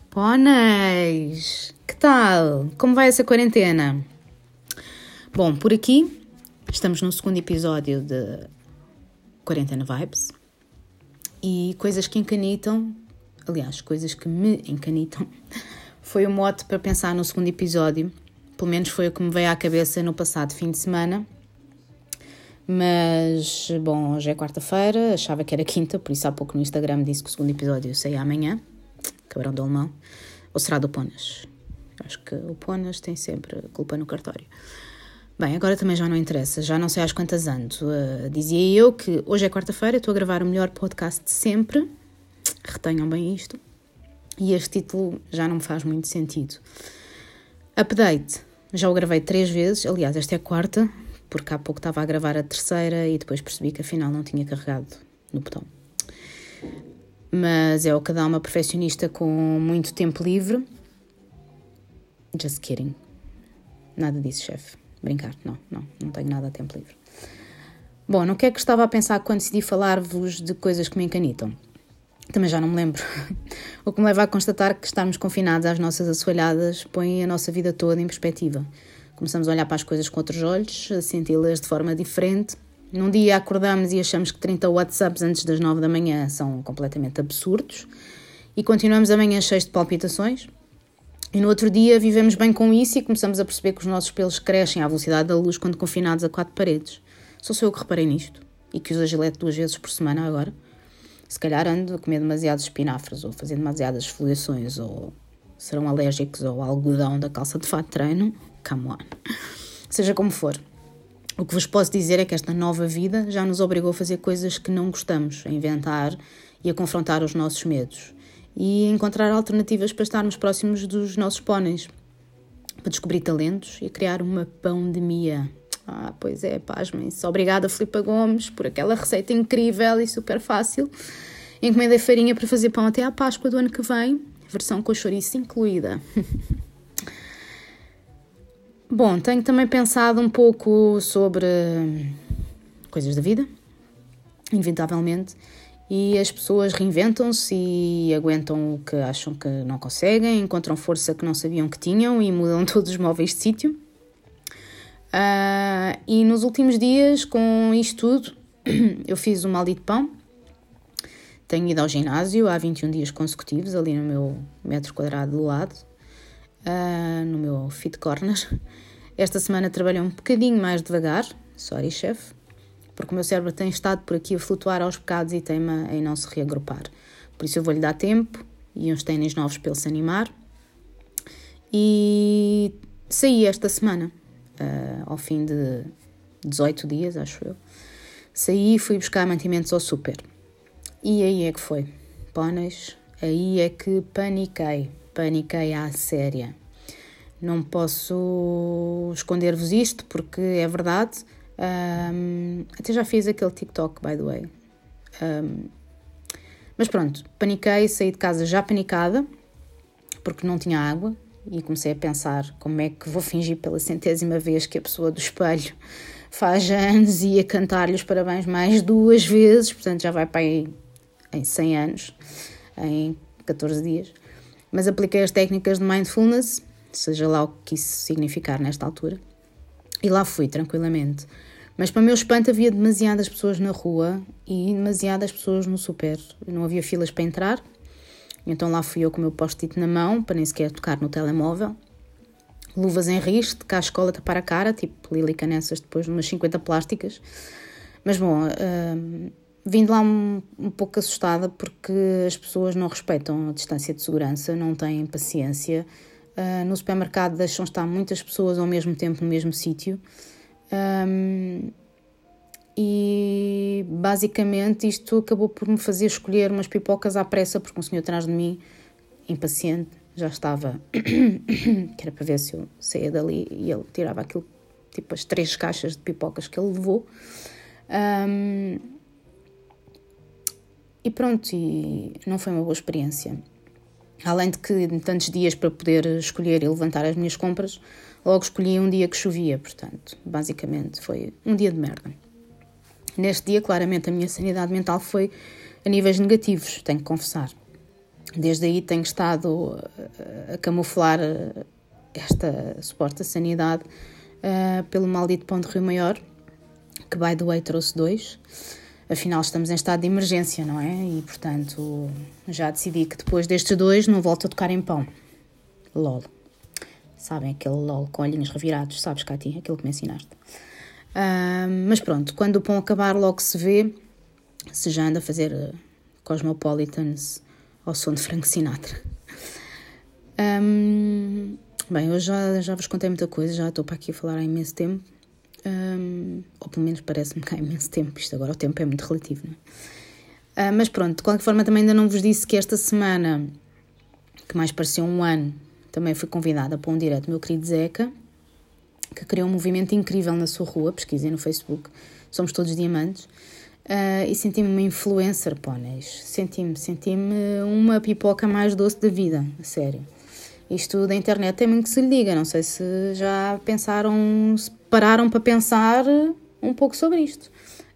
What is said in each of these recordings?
Póneis! Que tal? Como vai essa quarentena? Bom, por aqui estamos no segundo episódio de Quarentena Vibes e coisas que encanitam, aliás, coisas que me encanitam, foi o mote para pensar no segundo episódio, pelo menos foi o que me veio à cabeça no passado fim de semana. Mas, bom, hoje é quarta-feira, achava que era quinta, por isso há pouco no Instagram disse que o segundo episódio saía amanhã. Cabrão do alemão. Ou será do Ponas? Acho que o Ponas tem sempre culpa no cartório. Bem, agora também já não interessa, já não sei às quantas ando. Dizia eu que hoje é quarta-feira, estou a gravar o melhor podcast de sempre. Retenham bem isto. E este título já não me faz muito sentido. Update. Já o gravei 3 vezes, aliás, esta é a quarta, porque há pouco estava a gravar a terceira e depois percebi que afinal não tinha carregado no botão. Mas é o que dá uma perfeccionista com muito tempo livre. Just kidding. Nada disso, chefe. Brincar, não tenho nada de tempo livre. Bom, no que é que estava a pensar quando decidi falar-vos de coisas que me encanitam? Também já não me lembro. O que me leva a constatar que estarmos confinados às nossas assoalhadas põe a nossa vida toda em perspectiva. Começamos a olhar para as coisas com outros olhos, a senti-las de forma diferente. Num dia acordamos e achamos que 30 WhatsApps antes das 9 da manhã são completamente absurdos e continuamos amanhã cheios de palpitações. E no outro dia vivemos bem com isso e começamos a perceber que os nossos pelos crescem à velocidade da luz quando confinados a 4 paredes. Só sou eu que reparei nisto e que uso a Gillette 2 vezes por semana agora. Se calhar ando a comer demasiados espinafres ou fazer demasiadas esfoliações ou serão alérgicos ao algodão da calça de fato de treino. Come on. Seja como for. O que vos posso dizer é que esta nova vida já nos obrigou a fazer coisas que não gostamos, a inventar e a confrontar os nossos medos e a encontrar alternativas para estarmos próximos dos nossos póneis, para descobrir talentos e criar uma pandemia. Pois é, pasmem-se. Obrigada, Filipa Gomes, por aquela receita incrível e super fácil. Encomendei farinha para fazer pão até à Páscoa do ano que vem, versão com chouriço incluída. Bom, tenho também pensado um pouco sobre coisas da vida, inevitavelmente, e as pessoas reinventam-se e aguentam o que acham que não conseguem, encontram força que não sabiam que tinham e mudam todos os móveis de sítio. E nos últimos dias, com isto tudo, eu fiz um maldito pão. Tenho ido ao ginásio há 21 dias consecutivos, ali no meu metro quadrado do lado. No meu fit corner. Esta semana trabalhei um bocadinho mais devagar, sorry chefe, porque o meu cérebro tem estado por aqui a flutuar aos bocados e teima em não se reagrupar. Por isso eu vou-lhe dar tempo e uns ténis novos para ele se animar. E saí esta semana, ao fim de 18 dias, acho eu. Saí e fui buscar mantimentos ao super. E aí é que foi, póneis, aí é que paniquei à séria. Não posso esconder-vos isto porque é verdade. Até já fiz aquele TikTok, by the way. Mas pronto, paniquei, saí de casa já panicada porque não tinha água e comecei a pensar como é que vou fingir pela 100ª vez que a pessoa do espelho faz anos e a cantar-lhe os parabéns mais 2 vezes, portanto já vai para aí em 100 anos, em 14 dias. Mas apliquei as técnicas de mindfulness, seja lá o que isso significar nesta altura, e lá fui, tranquilamente. Mas para o meu espanto havia demasiadas pessoas na rua e demasiadas pessoas no super. Não havia filas para entrar, então lá fui eu com o meu post-it na mão, para nem sequer tocar no telemóvel. Luvas em riste, cá a escola tapar a cara, tipo Lili Canessas, depois umas 50 plásticas. Mas bom, vim de lá um pouco assustada porque as pessoas não respeitam a distância de segurança, não têm paciência. No supermercado deixam estar muitas pessoas ao mesmo tempo no mesmo sítio. E basicamente isto acabou por me fazer escolher umas pipocas à pressa porque um senhor atrás de mim, impaciente, já estava que era para ver se eu saía dali e ele tirava aquilo, tipo as 3 caixas de pipocas que ele levou. E pronto, e não foi uma boa experiência. Além de que tantos dias para poder escolher e levantar as minhas compras, logo escolhi um dia que chovia, portanto, basicamente foi um dia de merda. Neste dia, claramente, a minha sanidade mental foi a níveis negativos, tenho que confessar. Desde aí tenho estado a camuflar esta suposta sanidade pelo maldito pão de Rio Maior, que, by the way, trouxe 2. Afinal, estamos em estado de emergência, não é? E, portanto, já decidi que depois destes 2 não volto a tocar em pão. LOL. Sabem, aquele LOL com olhinhos revirados, sabes, Cati? Aquilo que me ensinaste. Mas pronto, quando o pão acabar logo se vê se já anda a fazer Cosmopolitans ao som de Frank Sinatra. Bem, hoje já vos contei muita coisa, já estou para aqui a falar há imenso tempo. Ou pelo menos parece-me que há imenso tempo. Isto agora, o tempo é muito relativo, não é? Mas pronto, de qualquer forma também ainda não vos disse que esta semana, que mais pareceu um ano, também fui convidada para um direto do meu querido Zeca, que criou um movimento incrível na sua rua. Pesquisei no Facebook, somos todos diamantes, e senti-me uma influencer, póneis. Senti-me uma pipoca mais doce da vida, a sério. Isto da internet tem muito que se lhe diga, não sei se já pensaram, se pararam para pensar um pouco sobre isto.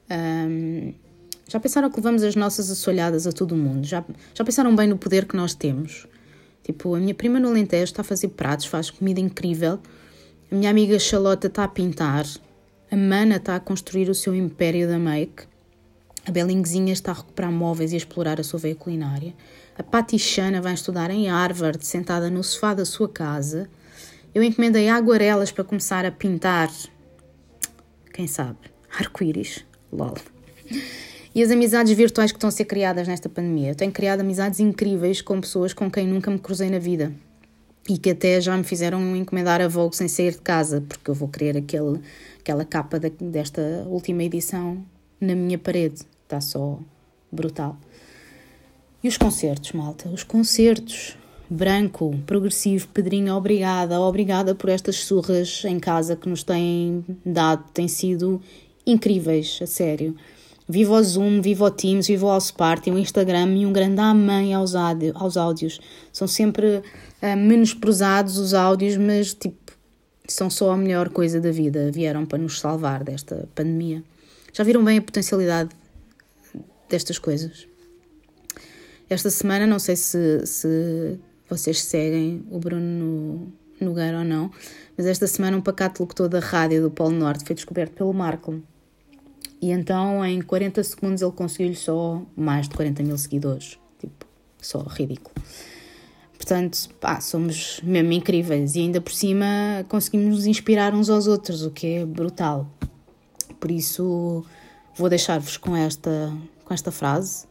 Já pensaram que levamos as nossas assolhadas a todo o mundo? Já pensaram bem no poder que nós temos? Tipo, a minha prima no Alentejo está a fazer pratos, faz comida incrível. A minha amiga Charlotte está a pintar. A Mana está a construir o seu império da make. A Belinguezinha está a recuperar móveis e a explorar a sua veia culinária. A Patti Chana vai estudar em Harvard, sentada no sofá da sua casa. Eu encomendei aguarelas para começar a pintar, quem sabe, arco-íris. LOL. E as amizades virtuais que estão a ser criadas nesta pandemia. Eu tenho criado amizades incríveis com pessoas com quem nunca me cruzei na vida. E que até já me fizeram encomendar a Vogue sem sair de casa, porque eu vou querer aquela capa desta última edição na minha parede. Está só brutal. E os concertos, malta? Os concertos. Branco, Progressivo, Pedrinho, obrigada por estas surras em casa que nos têm dado. Têm sido incríveis, a sério. Viva o Zoom, viva o Teams, viva o House Party, o Instagram e um grande amém aos áudios. São sempre menosprezados os áudios, mas tipo, são só a melhor coisa da vida. Vieram para nos salvar desta pandemia. Já viram bem a potencialidade destas coisas? Esta semana, não sei se vocês seguem o Bruno Nogueira ou não, mas esta semana um pacato locutor da rádio do Polo Norte foi descoberto pelo Marco. E então, em 40 segundos, ele conseguiu-lhe só mais de 40 mil seguidores. Tipo, só ridículo. Portanto, somos mesmo incríveis. E ainda por cima conseguimos nos inspirar uns aos outros, o que é brutal. Por isso, vou deixar-vos com esta frase.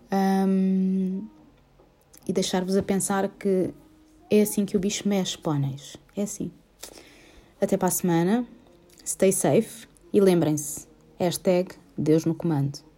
E deixar-vos a pensar que é assim que o bicho mexe, póneis. É assim. Até para a semana. Stay safe. E lembrem-se. #Deus no comando.